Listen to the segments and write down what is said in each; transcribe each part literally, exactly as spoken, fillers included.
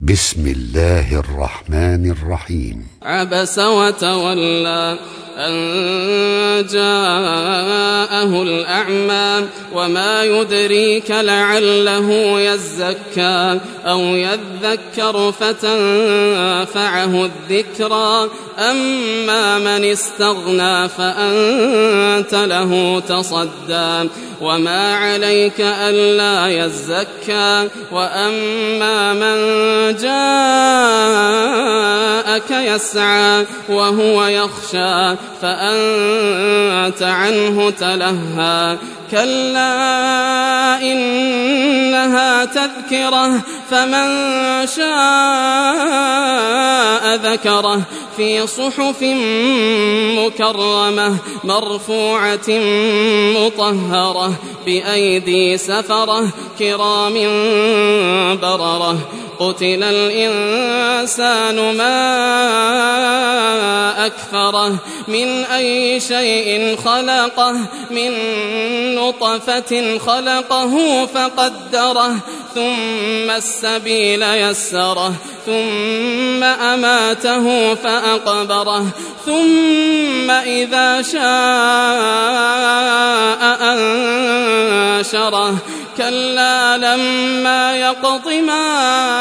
بسم الله الرحمن الرحيم. عبس وتولى أن جاءه الأعمى وما يدريك لعله يزكى أو يذكر فتنفعه الذكرى أما من استغنى فأنت له تصدى وما عليك ألا يزكى وأما من جاءك يسعى وهو يخشى فأنت عنه تلهى كلا إنها تذكرة فمن شاء ذكره في صحف مكرمة مرفوعة مطهرة بأيدي سفرة كرام بررة قتل الإنسان ما أكفره من أي شيء خلقه من نطفة خلقه فقدره ثم السبيل يسره ثم أماته فأقبره ثم إذا شاء أنشره كلا لما يقض ما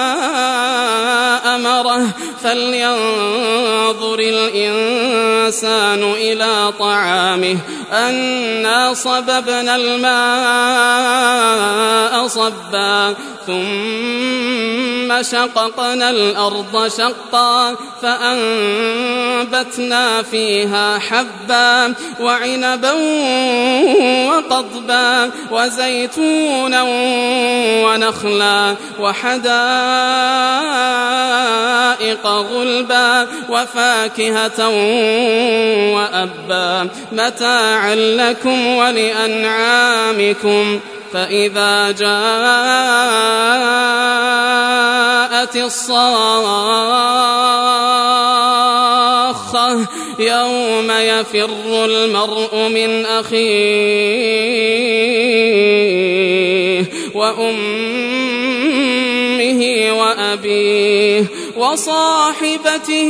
أمره فلينظر الإنسان إلى طعامه أنا صببنا الماء صبا ثم شققنا الأرض شقا فأنبتنا فيها حبا وعنبا وقضبا وزيتونا ونخلا وحدائق غلبا وفاكهة وأبا متاعا لكم ولأنعامكم فإذا جاءت الصاخة يوم يفر المرء من أخيه وأمه وأبيه وصاحبته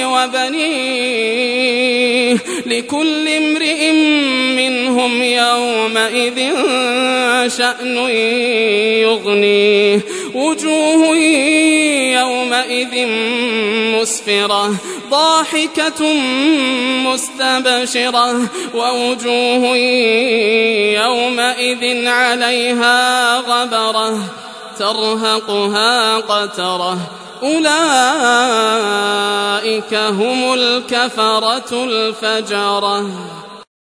وبنيه لكل امرئ منهم يومئذ شأن يغنيه وجوه يومئذ مسفرة ضاحكة مستبشرة ووجوه يومئذ عليها غبرة ترهقها قترة أولئك هم الكفرة الفجرة.